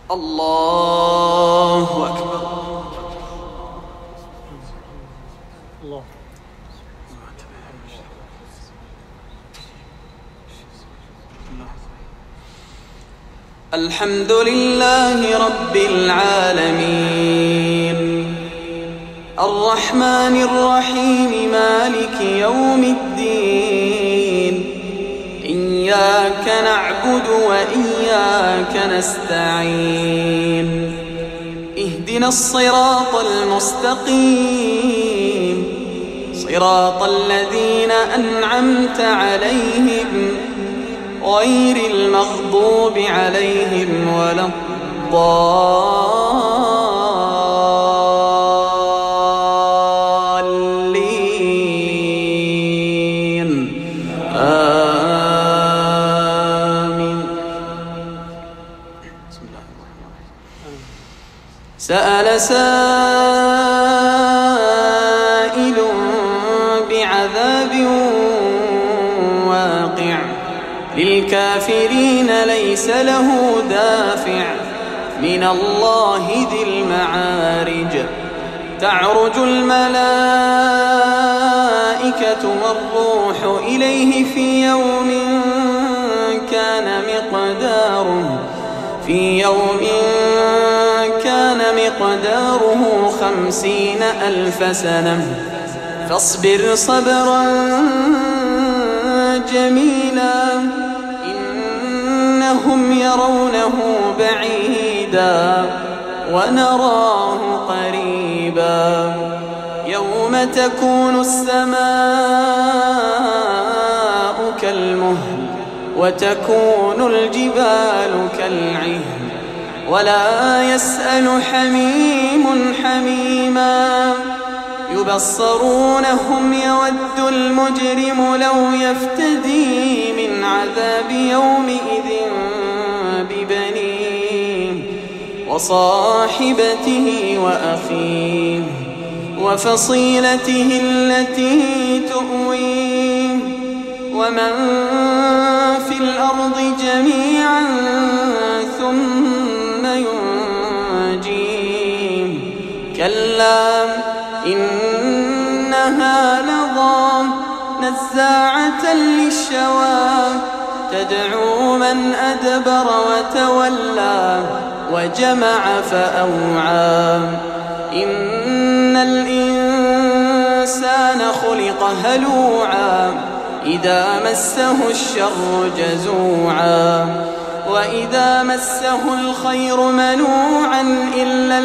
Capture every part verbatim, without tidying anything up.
الله أكبر. الله. الحمد لله رب العالمين الرحمن الرحيم مالك يوم الدين إياك نعبد وإياك نستعين اهدنا الصراط المستقيم صراط الذين أنعمت عليهم غير المغضوب عليهم ولا الضالين آمين. سأل سائل بعذاب واقع للكافرين ليس له دافع من الله ذي المعارج تعرج الملائكة والروح إليه في يوم كان مقداره في يوم كان مقداره خمسين ألف سنة فاصبر صبرا جميلا إنهم يرونه بعيدا ونراه قريبا يوم تكون السماء كالمهل وتكون الجبال كالعهن ولا يسأل حميم حميما يبصرونهم يود المجرم لو يفتدي من عذاب يومئذ ببنيه وصاحبته وأخيه وفصيلته التي تؤويه ومن في الأرض جميعا ثم ينجيه كلا إنها لظى نزاعة للشوى تدعو من أدبر وتولى وجمع فأوعى إن الإنسان خلق هلوعا إذا مسه الشر جزوعا وإذا مسه الخير منوعا إلا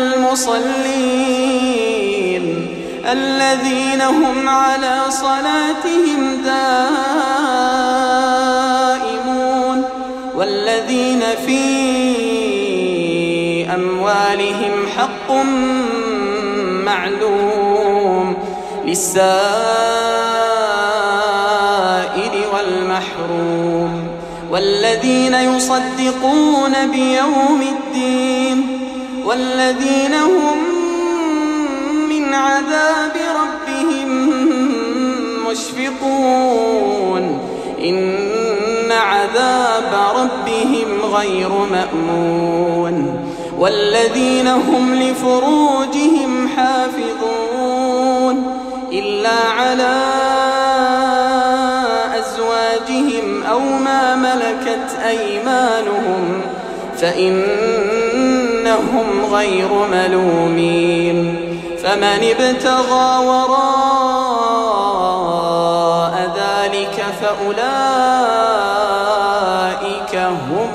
المصلين الذين هم على صلاتهم دائمون والذين في أموالهم حق معلوم للسائل والمحروم والذين يصدقون بيوم الدين والذين هم من عذاب ربهم مشفقون إن عذاب ربهم غير مأمون والذين هم لفروجهم حافظون إلا على أزواجهم أو ما ملكت أيمانهم فإنهم غير ملومين فمن ابتغى وراء ذلك فأولئك هم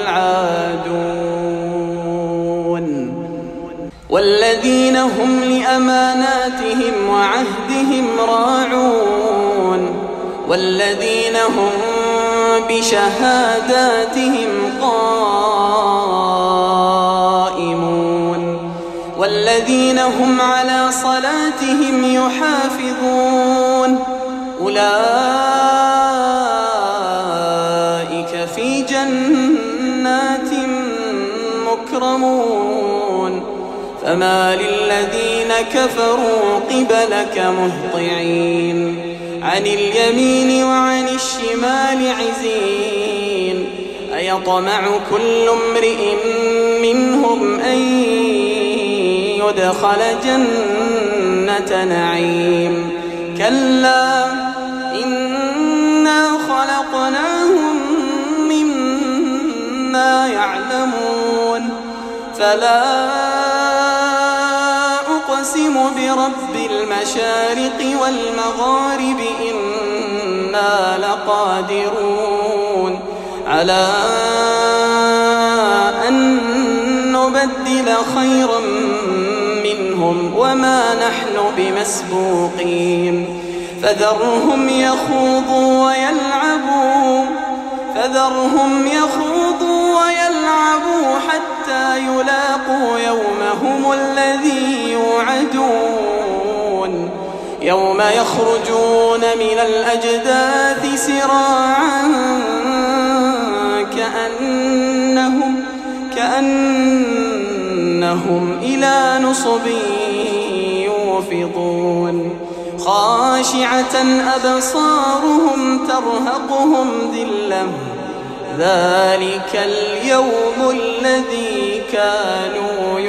العادون والذين هم لأماناتهم وعهدهم راعون والذين هم بشهاداتهم قائمون والذين هم على صلاتهم يحافظون أولئك في جنات مكرمون فما للذين كفروا قبلك مهطعين عن اليمين وعن الشمال عزين أيطمع كل امرئ منهم ليدخل جنة نعيم. كلا إنا خلقناهم مما يعلمون. فلا أقسم برب المشارق والمغارب إنا لقادرون على أن نبدل خيرا منهم وما نحن بمسبوقين. فذرهم يخوضوا ويلعبوا فذرهم يخوضوا ويلعبوا حتى يلاقوا يومهم الذي يوعدون. يوم يخرجون من الأجداث سراعا كأنهم, كأنهم إلى نصب يوفضون. خاشعة أبصارهم ترهقهم ذلة ذلك اليوم الذي كانوا